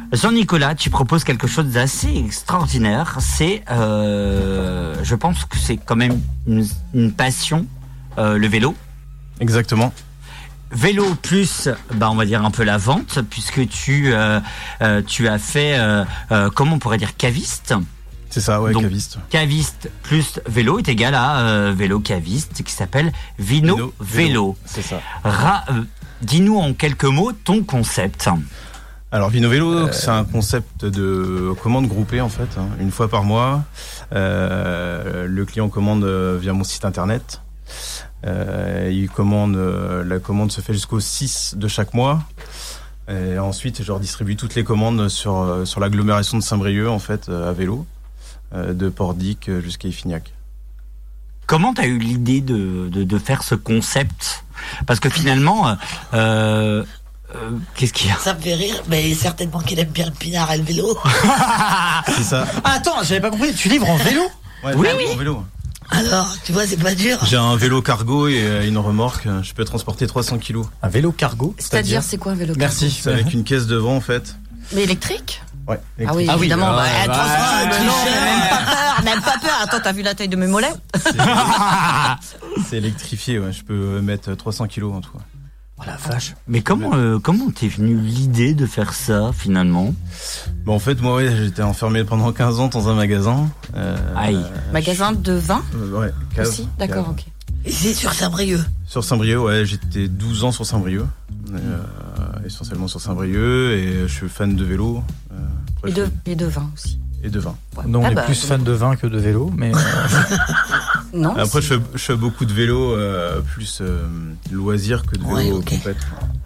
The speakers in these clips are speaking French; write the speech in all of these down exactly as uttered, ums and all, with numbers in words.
Jean-Nicolas, tu proposes quelque chose d'assez extraordinaire. C'est, euh, je pense que c'est quand même une, une passion, euh, le vélo. Exactement. Vélo plus, bah on va dire un peu la vente, puisque tu euh, euh, tu as fait, euh, euh, comment on pourrait dire, caviste. C'est ça, ouais, Donc, caviste. Caviste plus vélo est égal à euh, vélo caviste, qui s'appelle Vino, Vino Vélo. Vélo. C'est ça. Ra- euh, dis-nous en quelques mots ton concept. Alors Vino Vélo, euh... c'est un concept de commande groupée en fait, hein, une fois par mois. Euh, le client commande via mon site internet. Euh, il commande, euh, la commande se fait jusqu'au six de chaque mois. Et ensuite, je redistribue toutes les commandes sur euh, sur l'agglomération de Saint-Brieuc en fait, euh, à vélo, euh, de Pordic jusqu'à Iffignac. Comment t'as eu l'idée de, de de faire ce concept? Parce que finalement, euh, euh, qu'est-ce qu'il y a? Ça me fait rire, mais certainement qu'il aime bien le pinard et le vélo. C'est ça. Ah, attends, j'avais pas compris. Tu livres en vélo? Ouais, Oui, je oui. en vélo. Alors, tu vois, c'est pas dur. J'ai un vélo cargo et une remorque. Je peux transporter trois cents kilos. Un vélo cargo? C'est-à-dire, c'est quoi un vélo cargo? Merci. C'est avec une caisse devant en fait. Mais électrique? Ouais. Ah oui, Ah oui, évidemment. ah bah, ouais, être bah, tranquille, bah, non, non, mais même pas peur, même pas peur. Attends, t'as vu la taille de mes mollets? C'est électrifié, ouais. Je peux mettre trois cents kilos en tout. Oh la vache. Mais comment euh, comment t'es venu l'idée de faire ça finalement? Bon, en fait, moi, ouais, j'étais enfermé pendant quinze ans dans un magasin. Euh, Aïe. Magasin de vin euh, ouais, cave, aussi? D'accord, cave. ok. Ici, sur Saint-Brieuc. Sur Saint-Brieuc, ouais, j'étais douze ans sur Saint-Brieuc. Euh, essentiellement sur Saint-Brieuc, et je suis fan de vélo. Euh, après, Et je de, fais- et de vin aussi. et de vin. Ouais. Nous, on Ah est bah, plus fan de vin que de vélo, mais euh, Non. Après, c'est- je fais, je fais beaucoup de vélo, euh, plus euh, loisir que de vélo Ouais, ok. compète.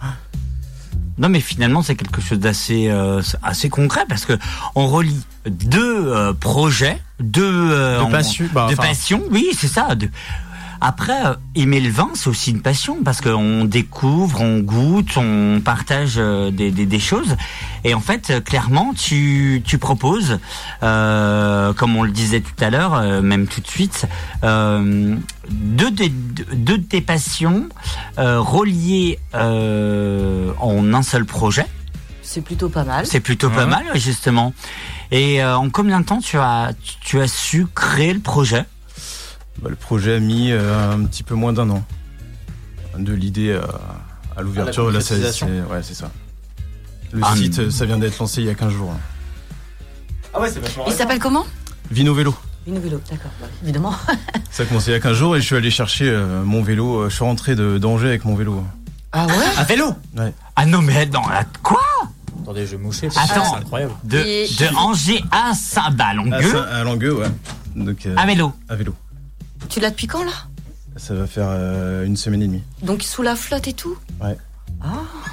Non, mais finalement, c'est quelque chose d'assez euh, assez concret parce que on relie deux euh, projets, deux euh, de en- passion. Bah, de enfin, passion. Oui, c'est ça. De... Après, euh, aimer le vin, c'est aussi une passion parce qu'on découvre, on goûte, on partage euh, des, des, des choses. Et en fait, euh, clairement, tu, tu proposes, euh, comme on le disait tout à l'heure, euh, même tout de suite, euh, deux, de, deux de tes passions euh, reliées euh, en un seul projet. C'est plutôt pas mal. C'est plutôt pas Ouais. mal, justement. Et euh, en combien de temps tu as, tu as su créer le projet ? Bah, le projet a mis euh, un petit peu moins d'un an. De l'idée à, à l'ouverture de la série. concrétisation. Ouais, c'est ça. Le Ah, site, mais- ça vient d'être lancé il y a quinze jours. là. Ah ouais, c'est vachement. Il s'appelle comment? Vino Vélo. Une vélo, d'accord, bah, évidemment. Ça a commencé il y a quinze jours et je suis allé chercher euh, mon vélo. Je suis rentré de d'Angers avec mon vélo. Ah ouais? Un vélo. Ah non, mais non, là, quoi ? Attendez, je mouchais. Attends. C'est incroyable. De, Et- de Angers à Saint-Balongueux À, Saint- à Langueux, ouais. Donc, euh, à vélo. à vélo. Tu l'as depuis quand là? Ça va faire euh, une semaine et demie. Donc sous la flotte et tout? Ouais. Ah.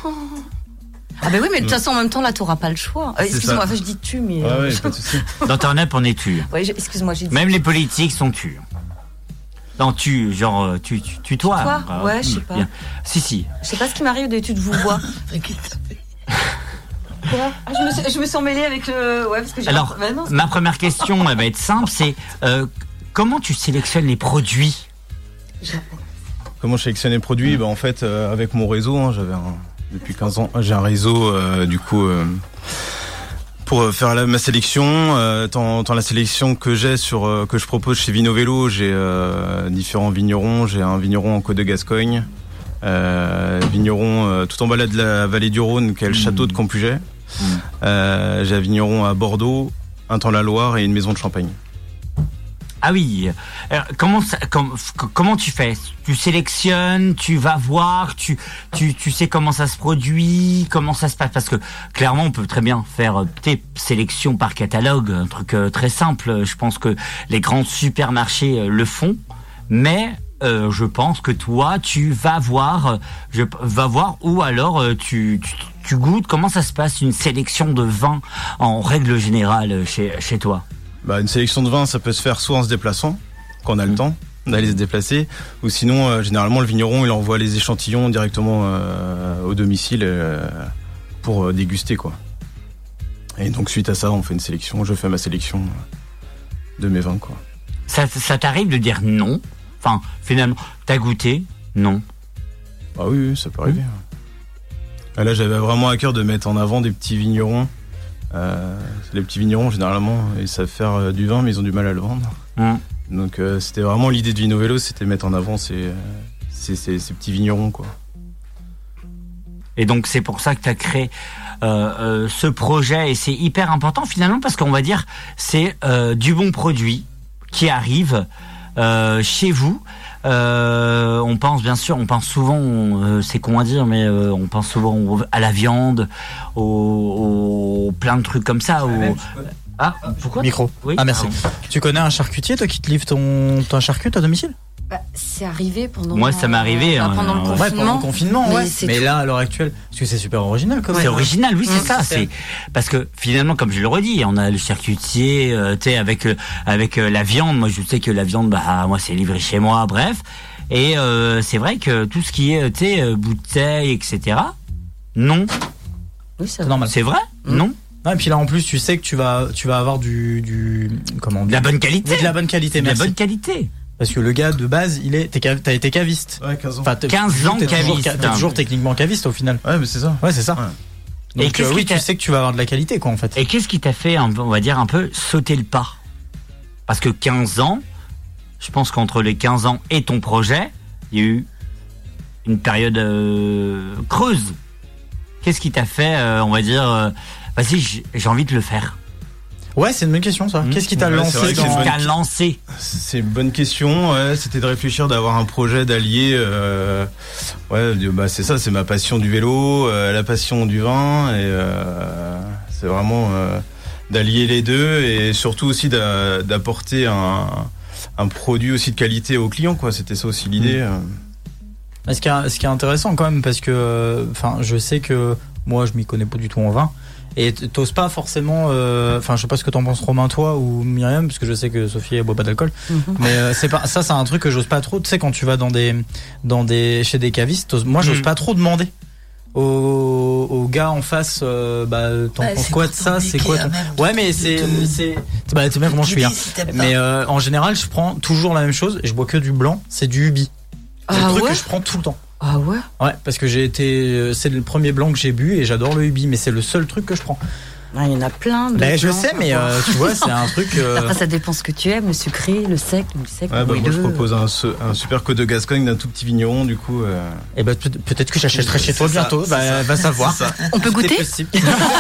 Ah ben oui, mais de toute façon en même temps là t'auras pas le choix. Euh, C'est excuse-moi, ça. enfin, je dis tu mais. Ouais, euh, ouais, pas de souci. Dans ton app, on est tu. ouais, je- excuse-moi, j'ai dit. Même les politiques sont tu. Non, tu, genre, euh, tu, tu, tu toi. Tutoie Ah, Ouais, je sais hmm, pas. bien. Si, si. Je sais pas ce qui m'arrive de tu te vous vois. Quoi? Ah, je, me suis, je me suis emmêlée avec le. Ouais, parce que j'ai. Alors, Bah non, c'est- ma première question, elle va être simple, c'est euh, comment tu sélectionnes les produits ? Comment je sélectionne les produits? Bah, en fait, euh, avec mon réseau, hein, j'avais un, depuis quinze ans, j'ai un réseau, euh, du coup, euh, pour faire la, ma sélection. Euh, tant, tant la sélection que j'ai sur, euh, que je propose chez Vino Vélo, j'ai euh, différents vignerons. J'ai un vigneron en Côte de Gascogne, euh, vigneron euh, tout en bas de la vallée du Rhône, qui est le château de Campuget. Mmh. Euh, j'ai un vigneron à Bordeaux, un temps la Loire et une maison de champagne. Ah oui. Euh, comment, ça, com- f- comment tu fais ? Tu sélectionnes, tu vas voir, tu, tu, tu sais comment ça se produit, comment ça se passe ? Parce que clairement, on peut très bien faire euh, tes sélections par catalogue, un truc euh, très simple. Je pense que les grands supermarchés euh, le font, mais euh, je pense que toi, tu vas voir, euh, je vas voir, ou alors euh, tu, tu, tu goûtes. Comment ça se passe une sélection de vin en règle générale euh, chez, chez toi ? Bah, une sélection de vin, ça peut se faire soit en se déplaçant, quand on a le Mmh. temps d'aller se déplacer, ou sinon, euh, généralement, le vigneron, il envoie les échantillons directement euh, au domicile euh, pour euh, déguster, quoi. Et donc, suite à ça, on fait une sélection. Je fais ma sélection euh, de mes vins, quoi. Ça, ça t'arrive de dire non ? Enfin, finalement, t'as goûté ? Non. Ah oui, oui, ça peut arriver. Ah, là, j'avais vraiment à cœur de mettre en avant des petits vignerons Euh, les petits vignerons, généralement, ils savent faire euh, du vin, mais ils ont du mal à le vendre. Mmh. Donc, euh, c'était vraiment l'idée de Vino Vélo, c'était mettre en avant ces, euh, ces, ces, ces petits vignerons, quoi. Et donc c'est pour ça que tu as créé euh, euh, ce projet et c'est hyper important finalement parce qu'on va dire c'est euh, du bon produit qui arrive euh, chez vous. Euh, on pense bien sûr, on pense souvent, euh, c'est con à dire, mais euh, on pense souvent à la viande, au, au plein de trucs comme ça. Au... Ah, pourquoi Micro. Oui. Ah merci. Pardon. Tu connais un charcutier toi qui te livre ton, ton charcut à domicile? Bah, c'est arrivé pendant. Moi, ça m'est arrivé, bah, hein, pendant le ouais, confinement. Ouais, pendant le confinement, mais ouais. c'est Mais tout. là, à l'heure actuelle, parce que c'est super original quand même. C'est original, oui, c'est Mmh. ça. C'est parce que finalement, comme je le redis, on a le charcutier, euh, tu sais, avec euh, avec euh, la viande. Moi, je sais que la viande, bah, moi, c'est livré chez moi. Bref, et euh, c'est vrai que tout ce qui est, tu sais, euh, bouteilles, et cetera. Non, Oui, ça C'est normal. c'est vrai, Mmh. non, Ouais, et puis là, en plus, tu sais que tu vas, tu vas avoir du, du, comment on de dit la bonne qualité, Oui, de la bonne qualité, de la merci. bonne qualité. Parce que le gars de base, il est, t'es ca- t'as été caviste. Ouais, quinze ans. Enfin, t'es- quinze ans t'es toujours caviste. ca- T'es toujours techniquement caviste au final. Ouais, mais c'est ça. Ouais, c'est ça. Ouais. Et Donc qu'est-ce euh, oui, qui t'a- tu sais que tu vas avoir de la qualité, quoi, en fait. Et qu'est-ce qui t'a fait, un peu, on va dire, un peu sauter le pas? Parce que quinze ans, je pense qu'entre les quinze ans et ton projet, il y a eu une période euh, creuse. Qu'est-ce qui t'a fait, euh, on va dire, euh, vas-y, j'ai j'ai envie de le faire. Ouais, c'est une bonne question, ça. Mmh. Qu'est-ce qui t'a Ouais, c'est lancé vrai que dans... c'est Qu'est-ce une qui bonne- t'a lancé? C'est une bonne question. Ouais, c'était de réfléchir, d'avoir un projet d'allier. Euh, ouais, de- bah c'est ça, c'est ma passion du vélo, euh, la passion du vin, et euh, c'est vraiment euh, d'allier les deux et surtout aussi d'a- d'apporter un, un produit aussi de qualité aux clients, quoi. C'était ça aussi l'idée. Ce qui, est, ce qui est intéressant quand même, parce que, enfin, je sais que moi, je m'y connais pas du tout en vin. Et t'oses pas forcément, enfin, euh, je sais pas ce que t'en penses, Romain, toi ou Myriam, parce que je sais que Sophie elle boit pas d'alcool. Mhm. Mais euh, c'est pas, ça, c'est un truc que j'ose pas trop. Tu sais, quand tu vas dans des, dans des, chez des cavistes, t'oses- moi, j'ose Mhm. pas trop demander aux, aux gars en face. Euh, bah, t'en Bah, penses c'est quoi de pour ça? C'est t'impliquer, quoi hein, ton... même, Ouais, de- mais de c'est, te- c'est, bah, tu sais bien comment je suis. Hein. dis si t'aimes pas. Mais euh, en général, je prends toujours la même chose. Et je bois que du blanc. C'est du Ubi. C'est Ah le truc ouais que je prends tout le temps. Ah ouais. Ouais, parce que j'ai été, c'est le premier blanc que j'ai bu et j'adore le Ubi, mais c'est le seul truc que je prends. Ah, il y en a plein de. Ben, je blancs sais, mais à boire. euh, tu vois, c'est un truc. euh, Après, ça dépend ce que tu aimes, le sucré, le sec, le sec, Ouais, le bah, moi je moelleux. propose un, se- un super code de Gascogne d'un tout petit vigneron, du coup. Euh... Eh ben, peut- peut-être que j'achèterai chez toi C'est ça, bientôt. c'est Bah, ça. va savoir. C'est ça. On peut C'est goûter possible.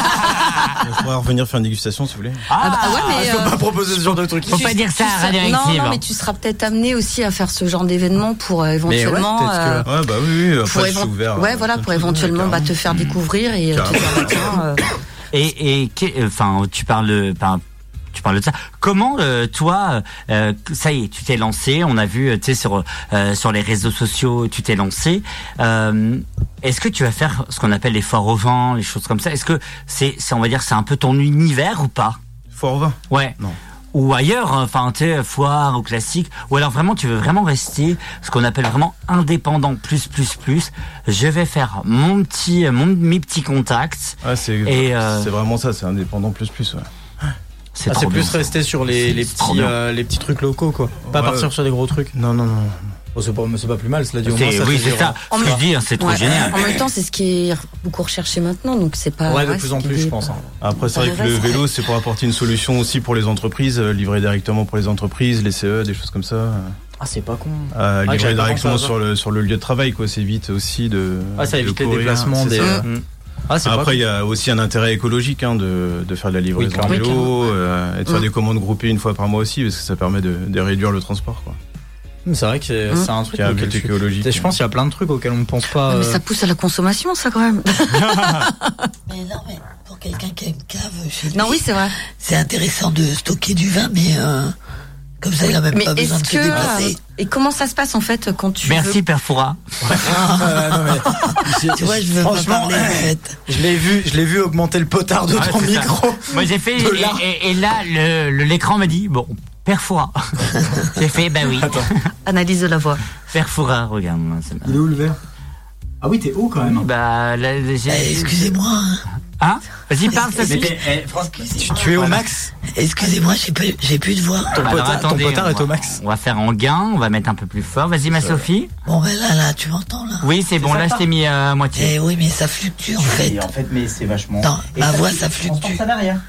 On pourra revenir faire une dégustation si vous voulez. Ah bah ouais, mais. Faut euh, pas proposer ce genre de truc. Faut pas dire ça tu à seras- Radio Non, Active. non, mais tu seras peut-être amené aussi à faire ce genre d'événement pour euh, éventuellement. peut-être euh, que- Ouais, bah oui, oui. Après, pour je suis évent- ouvert. ouais, à voilà, plein de pour choses, éventuellement ouais, bah, te faire découvrir et euh, te dire, bah, tiens, euh, Et, et qu'est- enfin, tu parles, enfin, tu parles de ça. Comment, euh, toi, euh, ça y est, tu t'es lancé. On a vu, tu sais, sur euh, sur les réseaux sociaux, tu t'es lancé. Euh, Est-ce que tu vas faire ce qu'on appelle les foires au vin, les choses comme ça? Est-ce que c'est, c'est, on va dire, c'est un peu ton univers ou pas? Fort au vin. Ouais. Non. Ou ailleurs, enfin, tu sais, foire ou classique. Ou alors vraiment, tu veux vraiment rester ce qu'on appelle vraiment indépendant, plus, plus, plus. Je vais faire mon petit, mon, mes petits contacts. Ouais, c'est Et, euh, c'est vraiment ça, c'est indépendant plus plus. Ouais. C'est Ah, trop c'est plus bien. rester sur les, les C'est trop petits, bien. euh, les petits trucs locaux, quoi. Pas Ouais. partir sur des gros trucs. Non, non, non. Bon, c'est pas, mais c'est pas plus mal, cela dit au moins. C'est- Ça oui, fait c'est des- ça. En Ce que je même- dis, hein, c'est trop ouais. génial. En même temps, c'est ce qui est beaucoup recherché maintenant, donc c'est pas. Ouais, de plus en c'est plus, des- je pense. hein. Après, c'est vrai que le Ouais, vélo, c'est pour apporter une solution aussi pour les entreprises, euh, livrer directement pour les entreprises, les C E, des choses comme ça. euh, Ah, c'est pas con. euh, j'avais livrer pas directement pensé à ça. sur le sur le lieu de travail, quoi. C'est vite aussi de. Ah, ça de évite les courir, déplacements c'est des. ça. euh, Mm. Ah, c'est pas Après, con. il y a aussi un intérêt écologique hein, de, de faire de la livraison clairement. en vélo Oui, clairement, ouais. euh, et de faire Mm. des commandes groupées une fois par mois aussi, parce que ça permet de, de réduire le transport. Quoi. Mais c'est vrai que c'est Mm. c'est un truc Qui a un auquel but je- écologique. Je pense qu'il y a plein de trucs auxquels on ne pense pas. Ouais, mais euh, ça pousse à la consommation, ça quand même. Mais non, mais pour quelqu'un qui a une cave chez lui, Non, oui, c'est vrai. c'est intéressant de stocker du vin, mais euh, comme ça, il a même Mais pas besoin est-ce de se que déplacer. euh, et comment ça se passe en fait quand tu Merci, veux... Père Foura. euh, non, mais- Tu vois, je veux pas Franchement, parler en fait. je l'ai vu, je l'ai vu augmenter le potard de Ouais, ton c'est ça. micro. Moi, j'ai fait, De là. et, et- et là, le, le- l'écran m'a dit, bon, Père Foura. J'ai fait, bah oui. Analyse de la voix. Père Foura, regarde. moi, c'est Il est où le verre? Ah oui, t'es haut quand même. Bah, là, j'ai- Eh, excusez-moi, hein. Hein? Vas-y, parle, Sophie. Tu, tu es au max. Excusez-moi, j'ai plus, j'ai plus de voix. Ton Alors, potard, ton attendez, potard on est va- au max. On va faire en gain, on va mettre un peu plus fort. Vas-y, ma Sophie. Bon, ben là, là, tu m'entends, là? Oui, c'est bon, là, je t'ai mis euh, à moitié. Eh oui, mais ça fluctue, en fait. En fait, mais c'est vachement. Non, ma voix, ça fluctue. derrière.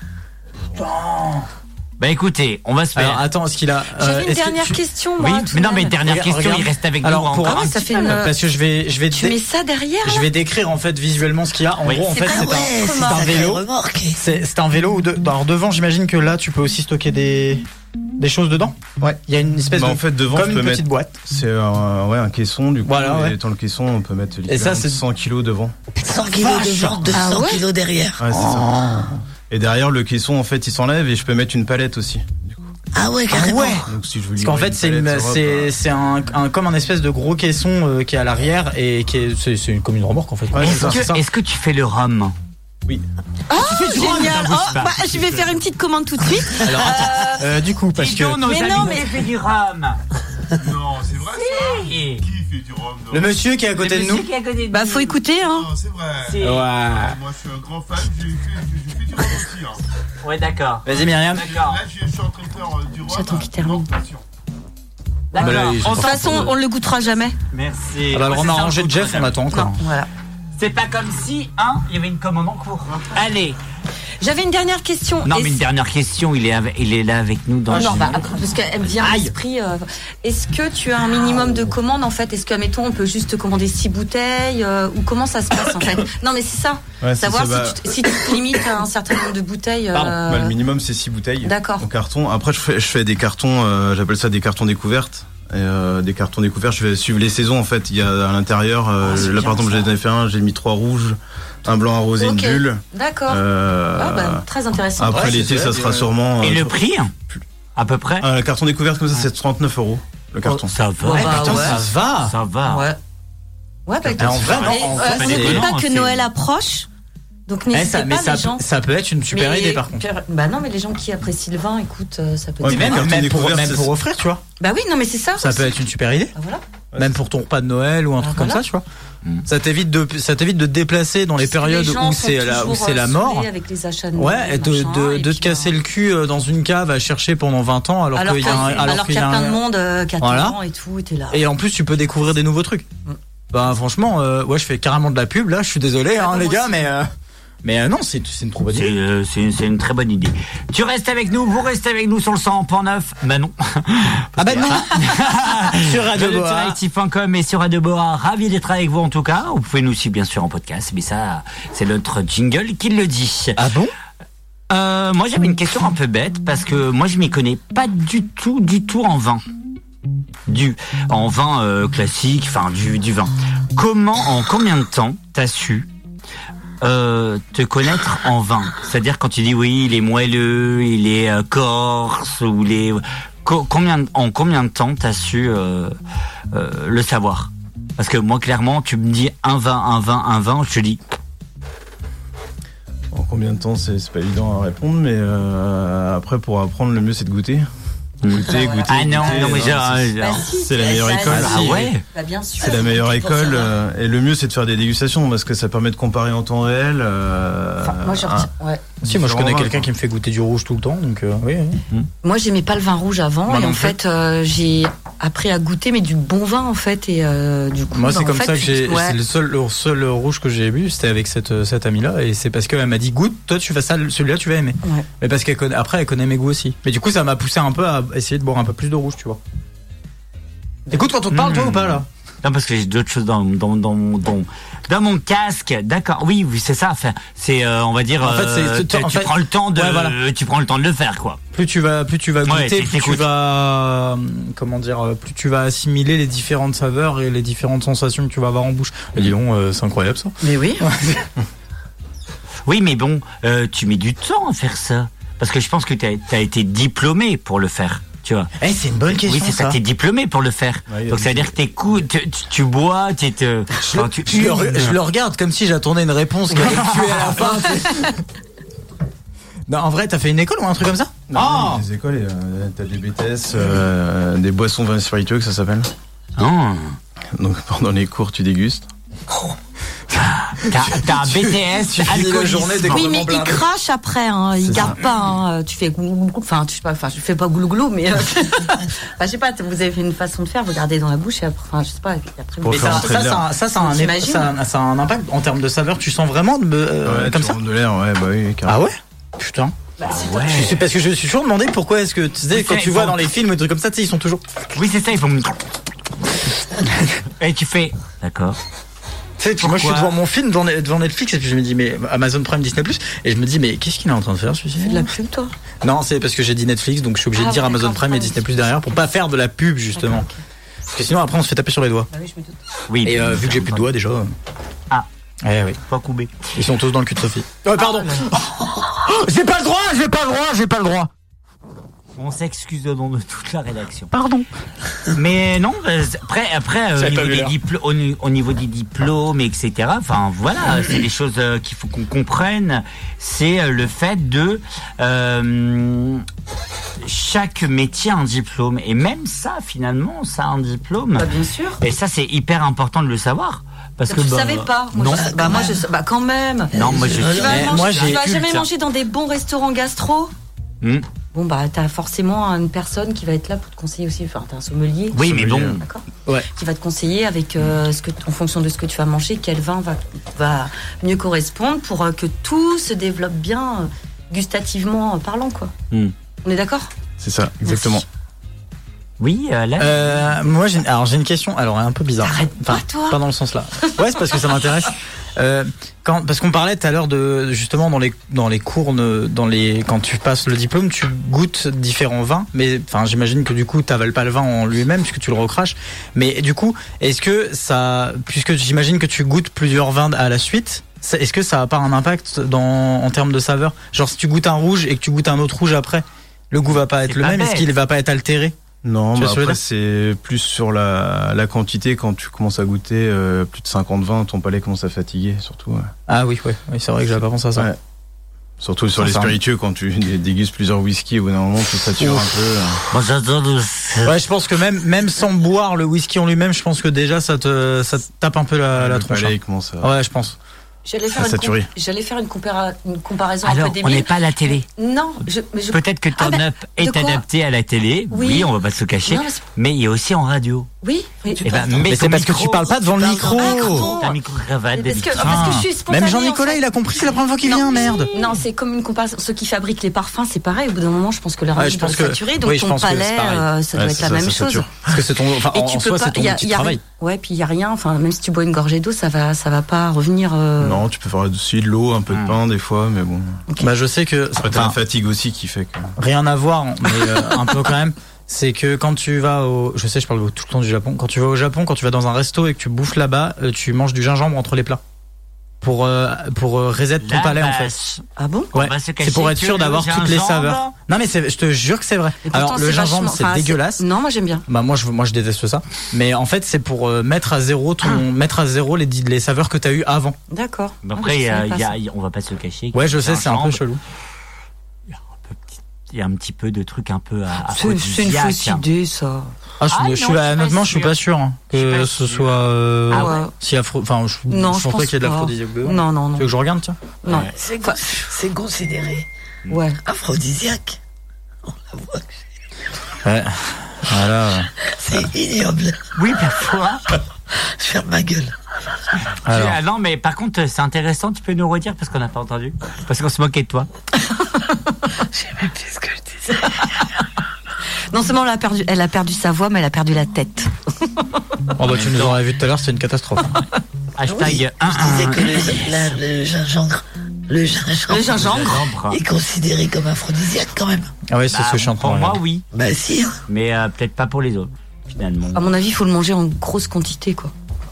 Bah écoutez, on va se faire. Alors attends, est-ce qu'il a. J'avais euh, une est-ce que dernière tu- question, oui, moi. tout mais de non, mais même. dernière Regarde, question, regarde. il reste avec Alors, nous pour encore Ah un ouais, ça petit fait peu. une- Parce que je vais, je vais, Tu dé- mets ça derrière là je vais décrire en fait visuellement ce qu'il y a. En Oui. gros, en C'est fait, pas c'est vrai. un, Ouais, c'est c'est un ça, vélo. remorque. C'est, c'est un vélo où de, alors devant, j'imagine que là, tu peux aussi stocker des, des choses dedans. Ouais. Il y a une espèce Bah, de, en fait, devant, comme tu une peux petite mettre. boîte. C'est un, ouais, un caisson, du coup. Voilà, ouais. Et dans le caisson, on peut mettre Et ça, c'est- cent kilos devant. cent kilos de vente, deux cents Ah ouais kilos derrière. Ouais, c'est ça. Et derrière, le caisson, en fait, il s'enlève et je peux mettre une palette aussi. Du coup. Ah ouais, carrément. Donc, si je veux Parce qu'en livrer fait, c'est, une, palette Europe, c'est, euh, c'est un, un, comme un espèce de gros caisson euh, qui est à l'arrière et qui est, c'est, c'est une, comme une remorque en fait. Ouais, c'est Est-ce ça. C'est ça. que, est-ce que tu fais le rhum? Oui. Oh, génial. ne bouge Oh, pas. bah, je vais faire une petite commande tout de suite. Alors, attends. Euh, du coup, parce Dis que donc, nos Mais amis non, qui mais- fait du rhum. Non, c'est vrai ça. Et- Qui fait du rhum non le monsieur qui est à côté Le de nous. monsieur qui est à côté de Bah, nous. faut écouter, hein. Non, c'est vrai. C'est- Ouais. Moi, je suis un grand fan. J'ai fait, je fais du rhum aussi. Hein. Ouais, d'accord. Vas-y, Myriam. D'accord. Là, je suis en train de faire euh, du rhum. J'attends qu'il à termine. grande passion. D'accord. Bah là, ils sont On De toute s'en façon, fout. on le goûtera jamais. Merci. Ah bah, le Ouais, rhum c'est ça, arrangé de on Jeff, peut on attend encore. Non, voilà. C'est pas comme si, hein, il y avait une commande en cours. Allez. J'avais une dernière question. Non, Est-ce- mais une dernière question, il est, avec- il est là avec nous dans Oh le non, studio. bah, après, parce qu'elle me vient à Aïe. l'esprit. euh, Est-ce que tu as un minimum de commandes en fait? Est-ce que, admettons, on peut juste commander six bouteilles euh, ou comment ça se passe en fait? Non, mais c'est ça. Ouais, c'est Savoir ça, bah- si, tu, te- si tu te limites à un certain nombre de bouteilles. Pardon. euh, Bah, le minimum, c'est six bouteilles. D'accord. En carton. Après, je fais, je fais des cartons, euh, j'appelle ça des cartons découvertes. Et, euh, des cartons découverts, je vais suivre les saisons en fait. Il y a à l'intérieur, euh, Ah, c'est là bien, par exemple, ça. j'en ai fait un, j'ai mis trois rouges, un blanc arrosé, Ok. une bulle. D'accord. Euh, Ah, bah, très intéressant. après Ouais, l'été, c'est ça ça, sera euh, sûrement. Et euh, le prix? À peu près? Un carton découvert comme ça, c'est trente-neuf euros le carton. Ça va. Ouais, bah, Putain, ouais. ça va. Ça va. Ouais. Ouais, bah, Et en vrai, non, et, en euh, vrai, n'oubliez c'est- pas non, que c'est- Noël approche. Donc Eh, n'hésitez ça, mais pas ça, les gens. ça peut être une super Mais- idée par contre. Bah non, mais les gens qui apprécient le vin, écoute, euh, ça peut Ouais, être. mais Même, carton même pour, découvert, même c'est- pour offrir, tu vois. Bah oui, non, mais c'est ça. Ça aussi. peut être une super idée. Ah, voilà. Ouais, Même c'est- pour ton repas de Noël ou un Ah, truc voilà. comme ça, tu vois. Mm. Ça t'évite de, ça t'évite de te déplacer dans les Parce que périodes les gens où sont c'est la, où toujours, c'est euh, la mort. saoulés avec les achats de Ouais, Noël, et de, machin, de, et de puis, te casser euh, le cul euh, dans une cave à chercher pendant vingt ans alors, Alors qu'il qu'il y a, un- alors alors qu'il y a un- plein de monde euh, qui attend Voilà. et tout, et t'es là. Et en plus, tu peux découvrir des nouveaux trucs. Mm. Bah, franchement, euh, ouais, je fais carrément de la pub là. Je suis désolé, hein, moi les gars, aussi. mais euh, mais euh, non, c'est c'est une trop bonne C'est idée. euh, c'est- c'est une très bonne idée. Tu restes avec nous, vous restez avec nous sur le cent point neuf. Bah non. Ah bah non. Sur Radio radio Boa. active point com et sur Radio Boa. Ravi d'être avec vous en tout cas. Vous pouvez nous suivre bien sûr en podcast, mais ça, c'est notre jingle qui le dit. Ah bon? Euh, moi j'avais une question un peu bête parce que moi je m'y connais pas du tout, du tout en vin. Du en vin euh, classique, enfin du, du vin. Comment, en combien de temps t'as su euh, te connaître en vin? C'est-à-dire quand tu dis oui, il est moelleux, il est euh, corse ou les Co- combien en combien de temps t'as su euh, euh, le savoir? Parce que moi clairement, tu me dis un vin, un vin, un vin, je te dis En combien de temps, c'est c'est pas évident à répondre, mais euh, après pour apprendre, le mieux c'est de goûter. Goûter, goûter. ah non, goûter, non mais non, genre, c'est- genre- Bah, si, c'est la bah, meilleure ça- école. ah ouais. Bah, bien sûr. C'est la meilleure Pour école savoir. euh, et le mieux c'est de faire des dégustations parce que ça permet de comparer en temps réel. euh, Enfin, moi, je un- retiens- ouais. Si, moi je différents connais vins, quelqu'un quoi. qui me fait goûter du rouge tout le temps, donc euh, oui. oui. Moi, j'aimais pas le vin rouge avant, Moi et non en plus. fait, euh, j'ai appris à goûter, mais du bon vin, en fait, et euh, du coup. Moi, bah, c'est en comme fait, ça que tu- j'ai. ouais. C'est le seul, le seul rouge que j'ai bu, c'était avec cette cette amie là, et c'est parce qu'elle m'a dit goûte, toi tu fais ça, celui-là tu vas aimer. Ouais. Mais parce qu'elle connaît, après elle connaît mes goûts aussi. Mais du coup, ça m'a poussé un peu à essayer de boire un peu plus de rouge, tu vois. Écoute quand on te parle, toi Mmh. ou pas là? Non, parce que j'ai d'autres choses dans, dans, dans, dans, dans mon casque. D'accord. Oui, oui, c'est ça. Enfin, c'est, euh, on va dire, En fait, c'est- euh, c'est- tu, en tu fait- prends le temps de, Ouais, voilà. tu prends le temps de le faire, quoi. Plus tu vas, plus tu vas Ouais, goûter, t'es- plus tu t'écoutes. vas, euh, comment dire, euh, plus tu vas assimiler les différentes saveurs et les différentes sensations que tu vas avoir en bouche. Et dis donc, euh, c'est incroyable ça. Mais oui. Oui, mais bon, euh, tu mets du temps à faire ça. Parce que je pense que t'as, t'as été diplômé pour le faire. Tu vois. Eh, c'est une bonne question. Oui, c'est ça. ça. T'es diplômé pour le faire. Ouais, il y a Donc ça veut des- dire que t'es cool, tu, tu, tu bois, tu te, Je, enfin, tu je le, urines. je le regarde comme si j'attendais une réponse qui allait me tuer à la fin. tu sais. Non, en vrai, t'as fait une école ou un truc comme ça? Non, Ah. des écoles, et, euh, t'as des B T S, euh, des boissons vins spiritueux que ça s'appelle. Oh. Donc pendant les cours tu dégustes. T'as, t'as un B T S Tu finis la journée alcoolisme. des- Oui, mais Complètement il blindé. crache après, hein. Il C'est garde pas, hein. Tu fais goulou, goulou, enfin, tu sais pas, enfin, je fais pas goulou goulou, mais, euh, enfin, je sais pas, vous avez fait une façon de faire, vous gardez dans la bouche et après, enfin, je sais pas, et puis après, Pour vous- Mais faire ça, rentrer ça, de ça, l'air. a- ça, ça, a un, T'imagines ça, a- ça a un impact en termes de saveur. Tu sens vraiment de, euh, Ouais, comme tu ça. rentres de l'air, ouais, bah oui, carrément. Ah ouais. Putain. Ouais. Je suis- parce que je me suis toujours demandé pourquoi est-ce que tu sais Oui, quand c'est- tu vois dans les films et des trucs comme ça, tu sais, ils sont toujours. Oui, c'est ça, ils font. Et tu fais. D'accord. Tu sais, moi je suis Pourquoi devant mon film devant, devant Netflix et puis je me dis mais Amazon Prime, Disney Plus et je me dis mais qu'est-ce qu'il est en train de faire celui-ci? fais de la pub, toi. Non, c'est parce que j'ai dit Netflix donc je suis obligé Ah de dire ouais, Amazon d'accord, Prime et Prime, Disney Plus derrière pour pas faire de la pub justement. D'accord, ok. Parce que sinon après on se fait taper sur les doigts. Bah oui, je me doute. Oui. Et euh, vu que j'ai plus de doigts déjà. euh, Ah. Eh oui. Pas coubé. Ils sont tous dans le cul de Sophie. Oh pardon. J'ai pas le droit, j'ai pas le droit, j'ai pas le droit. On s'excuse au nom de toute la rédaction. Pardon. Mais non, euh, après, après euh, au, J'avais niveau pas vu des l'heure. diplo- au, ni- au niveau des diplômes, et cetera. Enfin, voilà, c'est des choses euh, qu'il faut qu'on comprenne. C'est euh, le fait de euh, chaque métier a un diplôme, et même ça, finalement, ça a un diplôme. Bah, bien sûr. Et ça, c'est hyper important de le savoir. Parce que Tu bah, savais pas. Moi, non. je, bah, moi, je, bah, quand même. Non, moi je Tu suis. vas, Mais manger- moi, tu j'ai vas culte. jamais manger dans des bons restaurants gastro. Hmm. Bon, bah, t'as forcément une personne qui va être là pour te conseiller aussi. Enfin, t'as un sommelier. Oui, mais bon. D'accord. Ouais. Qui va te conseiller avec euh, ce que, en fonction de ce que tu vas manger, quel vin va, va mieux correspondre pour euh, que tout se développe bien euh, gustativement euh, parlant, quoi. Hmm. On est d'accord? C'est ça, exactement. Oui, euh, là. Euh, moi, j'ai, alors j'ai une question. Alors, elle est un peu bizarre. T'arrêtes pas, toi. Pas dans le sens là. Ouais, c'est parce que ça m'intéresse. Euh, quand, parce qu'on parlait tout à l'heure de justement dans les dans les cours, ne- dans les quand tu passes le diplôme, tu goûtes différents vins. Mais enfin, j'imagine que du coup, t'avales pas le vin en lui-même puisque tu le recraches. Mais du coup, est-ce que ça, puisque j'imagine que tu goûtes plusieurs vins à la suite, ça- est-ce que ça a pas un impact dans en termes de saveur? Genre, si tu goûtes un rouge et que tu goûtes un autre rouge après, le goût va pas être C'est le pas même. Est-ce bête. qu'il va pas être altéré? Non, Tu bah vois ce que je veux après c'est plus sur la, la quantité quand tu commences à goûter euh, plus de cinquante vins, ton palais commence à fatiguer surtout. Ouais. Ah oui, ouais, oui, c'est vrai que j'avais pas pensé à ça. Ouais. Surtout sur Ça, les ça- spiritueux quand tu dé- dégustes plusieurs whisky au bout d'un moment tu satures un peu. euh. Bon, j'adore de- Ouais, je pense que même même sans boire le whisky en lui-même, je pense que déjà ça te ça te tape un peu la, la le tronche. palais hein. il commence à... Ouais, je pense. J'allais faire, Ah, une, saturé. com- j'allais faire une, compara- une comparaison un Alors, peu on débile. n'est pas à la télé. Non, je, mais je... Peut-être que Ah, Turn bah, Up de est quoi adapté à la télé. Oui, Oui. on va pas se le cacher. Non, mais c'est- mais il y a aussi en radio. Oui, oui. Eh ben, Mais mets c'est ton parce que micro. tu parles pas devant le micro. Ah, pardon. T'as un micro-cravate Parce que, d'habitude. parce que je suis spontanée. Même Jean-Nicolas, en fait. il a compris, c'est la première fois qu'il Non. vient, merde. Non, c'est comme une comparaison. Ceux qui fabriquent les parfums, c'est pareil. Au bout d'un moment, je pense que la Ouais, radio je doit pense que- saturer, donc oui, je ton pense que c'est palais, pareil. euh, ça Ouais, doit être c'est la ça, même ça chose. sature. Parce que c'est ton enfin Et en, tu en peux soi pas. c'est ton y a- outil y de a travail. rien. Ouais, puis il y a rien. Enfin, même si tu bois une gorgée d'eau, ça va, ça va pas revenir. euh, Non, tu peux faire aussi de l'eau, un peu de Hmm. pain des fois, mais bon. Bah je sais que Après t'as la enfin, fatigue aussi qui fait que... rien à voir, mais euh, un peu quand même. C'est que quand tu vas au, je sais, je parle tout le temps du Japon. Quand tu vas au Japon, quand tu vas dans un resto et que tu bouffes là-bas, euh, tu manges du gingembre entre les plats pour euh, pour euh, reset ton La palais en fait. vache. Ah bon? On Ouais, va se cacher c'est pour être que sûr le d'avoir toutes les gingembre- saveurs. Non mais c'est, je te jure que c'est vrai. Et pourtant, Alors le c'est gingembre vachement- c'est enfin, dégueulasse. Non, moi j'aime bien. Bah moi je moi je déteste ça. Mais en fait c'est pour euh, mettre à zéro ton mettre à zéro les les saveurs que t'as eu avant. D'accord. Mais Ah, Après, je il y a- savais pas il y a- ça. il y a- on va pas se le cacher. Ouais je sais c'est un peu Gingembre, chelou. Il y a un peu petit- il y a un petit peu de trucs un peu à C'est c'est une fausse idée, ça. Ah, je, Ah, je non, suis je suis pas honnêtement je suis sûr. pas sûr hein, Je suis que pas ce sûr. soit euh, Ah ouais. si afro enfin je, Non, je je pense pas pense qu'il y ait de pas. l'aphrodisiaque dedans. Non, non, Tu non. veux que je regarde tiens. Non. C'est con- c'est considéré Ouais. aphrodisiaque. On la voit. Ouais. Voilà. C'est ignoble. Oui, parfois. Je ferme ma gueule. Alors. Ah, non, mais par contre, c'est intéressant. Tu peux nous redire parce qu'on n'a pas entendu. Parce qu'on se moquait de toi. J'ai même plus ce que je disais. Non seulement elle a perdu, elle a perdu sa voix, mais elle a perdu la tête. Oh bah tu nous aurais vu tout à l'heure, c'est une catastrophe. Hashtag Oui, un, je disais un, que le, la- le gingembre, le gingembre, Le gingembre. gingembre. est considéré comme aphrodisiaque quand même. Ah ouais, c'est Bah, ce que je suis en train pour de moi, regarder. oui. Bah si. hein. Mais euh, peut-être pas pour les autres, finalement. À mon avis, il faut le manger en grosse quantité, quoi.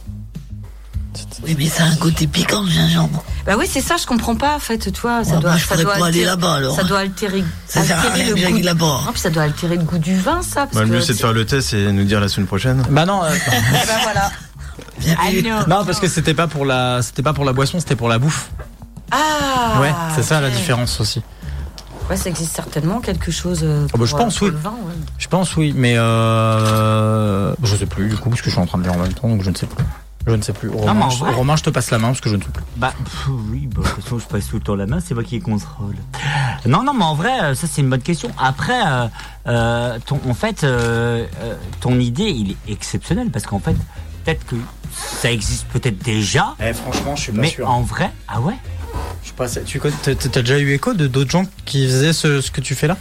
Oui, mais ça a un côté piquant le gingembre. Bah oui, c'est ça, je comprends pas, en fait, toi. Ça Ouais, doit, moi, je ça ferais doit pour aller altérer- là-bas alors. Ça doit altérer, Ça sert à altérer rien le que j'aille goût. là-bas. Non, puis ça doit altérer le goût du vin, ça. Parce Bah, le que mieux c'est de faire le test et nous dire la semaine prochaine. Bah non, euh, Eh ben voilà. Bien vu. non parce que c'était pas pour la c'était pas pour la boisson, c'était pour la bouffe. Ah. Ouais, c'est ça la ok. différence aussi. Ouais, ça existe certainement quelque chose. euh, Ah bah, je pour, pense, pour oui. le vin, ouais. Je pense oui, mais euh je sais plus du coup parce que je suis en train de lire en même temps donc je ne sais plus. Je ne sais plus. Non, Romain, mais en je, vrai- Romain, je te passe la main parce que je ne sais plus. Bah pff, oui, bah, de toute façon je passe tout le temps la main, c'est moi qui contrôle. Non, non, mais en vrai, euh, ça c'est une bonne question. Après, euh, euh, ton, en fait, euh, euh, ton idée, il est exceptionnel parce qu'en fait, peut-être que ça existe peut-être déjà, Eh, franchement, je suis pas mais sûr. en vrai, ah ouais. Je sais pas, c'est- tu connais- t'as, t'as déjà eu écho de d'autres gens qui faisaient ce, ce que tu fais là?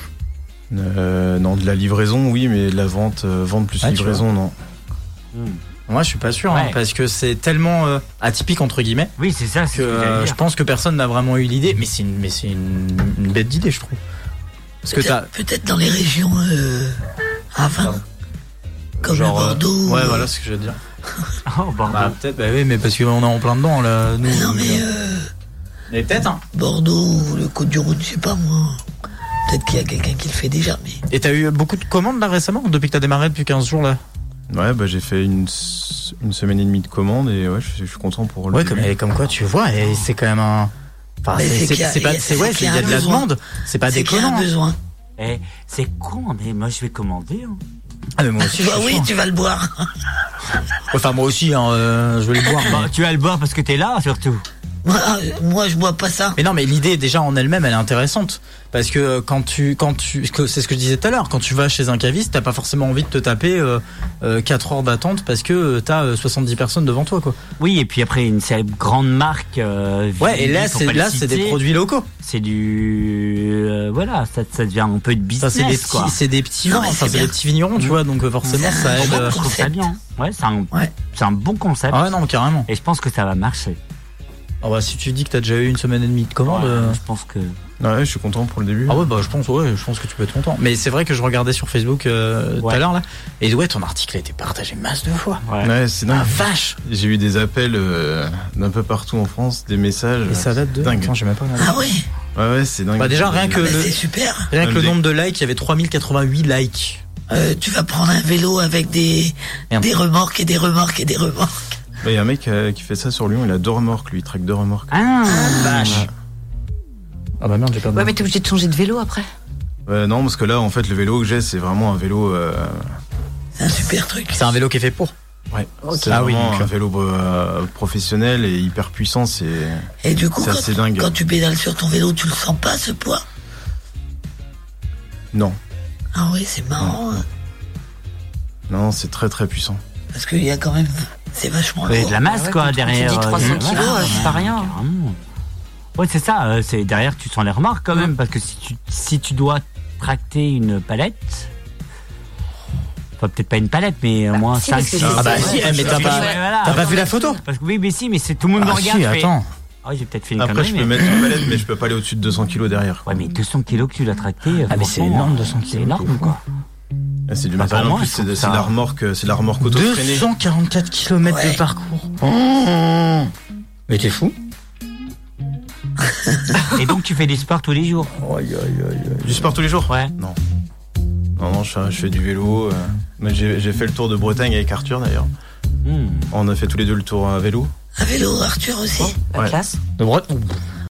Euh, non, de la livraison, oui, mais de la vente, euh, vente plus Ah, tu livraison, non. Moi, je suis pas sûr, hein, Ouais. parce que c'est tellement euh, atypique entre guillemets Oui, c'est ça. C'est que ce que j'allais euh, dire. je pense que personne n'a vraiment eu l'idée. Mais c'est une, mais c'est une, une bête d'idée, je trouve. Parce que t'as Peut-être peut-être dans les régions euh, à vin, comme genre, le euh, Bordeaux. ouais, euh, voilà ce que je veux dire. Oh, bordel. Bah peut-être, bah oui, mais parce qu'on est en plein dedans là, nous. Non mais euh, euh, mais peut-être. Hein. Bordeaux ou le Côte-du-Rhône, je sais pas moi. Peut-être qu'il y a quelqu'un qui le fait déjà, mais Et t'as eu beaucoup de commandes là récemment, depuis que t'as démarré depuis quinze jours là. Ouais, bah j'ai fait une, s- une semaine et demie de commande et ouais, je, suis- je suis content pour le Ouais, début. comme, et comme quoi tu vois, et c'est quand même un. Enfin, Mais c'est, c'est c'est, qu'il y a- c'est pas, il y a- c'est c'est ouais, qu'il il y y a a de un la besoin. demande. C'est pas c'est qu'il y a déconnant. un hein. besoin. Eh, c'est con, mais moi je vais commander. Hein. Ah mais moi aussi. Tu je vois, suis oui, sûr. tu vas le boire. Enfin moi aussi, hein, euh, je vais le boire. Bah, mais- tu vas le boire parce que t'es là, surtout. Moi, euh, moi, je bois pas ça. Mais non, mais l'idée déjà en elle-même, elle est intéressante parce que euh, quand tu, quand tu, que- c'est ce que je disais tout à l'heure, quand tu vas chez un caviste, t'as pas forcément envie de te taper euh, euh, quatre heures d'attente parce que euh, t'as euh, soixante-dix personnes devant toi, quoi. Oui, et puis après une c'est une grande marque. Euh, Ouais, et là, faut c'est pas le là, c'est des citer. produits locaux. C'est du euh, voilà, ça, ça devient un peu de Ça, business c'est des quoi. petits, c'est des petits Non, vins, mais enfin, c'est c'est des bien. petits vignerons, tu vois, donc euh, forcément C'est ça un aide. bon euh, Je trouve ça concept. bien. Ouais, c'est un Ouais. c'est un bon concept. Ah ouais, non, carrément. Et je pense que ça va marcher. Ah bah si tu dis que t'as déjà eu une semaine et demie de commande. Ouais, euh, Je pense que Ouais, je suis content pour le début. Ah ouais, bah je pense, ouais, je pense que tu peux être content. Mais c'est vrai que je regardais sur Facebook euh, tout Ouais. à l'heure là, et ouais, ton article a été partagé masse de fois. ouais. Ouais, c'est Ah dingue. vache. J'ai eu des appels euh, d'un peu partout en France, des messages. Et ça date de. Dingue. Attends, j'ai même pas regardé. Ah ouais. Ouais, ouais, c'est dingue. Bah déjà rien que Ah, bah, le, c'est super. rien que Même le des- nombre de likes, il y avait trois mille quatre-vingt-huit likes. Euh, tu vas prendre un vélo avec des Merde. des remorques et des remorques et des remorques. Il y a un mec euh, qui fait ça sur Lyon, il a deux remorques, lui, il traque deux remorques. Ah, Vache. Ah bah merde, j'ai perdu. Ouais, mais t'es obligé de changer de vélo après. Ouais, non, parce que là, en fait, le vélo que j'ai, c'est vraiment un vélo. Euh, C'est un super truc. C'est un vélo qui est fait pour. ouais, Ok. c'est Ah oui, vraiment donc, un vélo euh, professionnel et hyper puissant. C'est Et du coup, c'est quand, assez dingue. quand tu pédales sur ton vélo, tu le sens pas ce poids. Non, Ah oui, c'est marrant. hein. non, c'est très très puissant. Parce qu'il y a quand même, c'est vachement il y a lourd. de la masse Ah ouais, quoi quand tu derrière. dis trois cents euh, kilos, voilà. euh, c'est pas rien. Carrément. Ouais, c'est ça. euh, C'est derrière tu sens les remarques quand même parce que si tu si tu dois tracter une palette. Enfin, peut-être pas une palette, mais au moins si, cinq parce que six. c'est- Ah bah si, eh, mais t'as pas, t'as pas vu la photo? Parce que oui, mais si, mais c'est tout le monde me Ah regarde. si, je fais, attends. Ah, j'ai peut-être fait une Après, connerie. je peux mais... mettre une palette, mais je peux pas aller au-dessus de deux cents kilos derrière. Ouais, mais deux cents kilos que tu l'as tracté. Ah, mais c'est franchement, énorme, deux cents C'est kilos, énorme, c'est quoi. Ah, c'est du Bah, matériel pour en moi, plus, je c'est trouve c'est ça- la remorque, c'est la remorque auto-freinée. deux cent quarante-quatre kilomètres Ouais. de parcours. Oh. Mais t'es fou? Et donc, tu fais du sport tous les jours. Aïe, aïe, aïe, aïe. Du sport tous les jours? Ouais. Non. Non, non, je fais, je fais du vélo. euh, mais j'ai j'ai fait le tour de Bretagne avec Arthur d'ailleurs. Hmm. On a fait tous les deux le tour à vélo. À vélo, Arthur aussi. La Ouais. classe. De droite?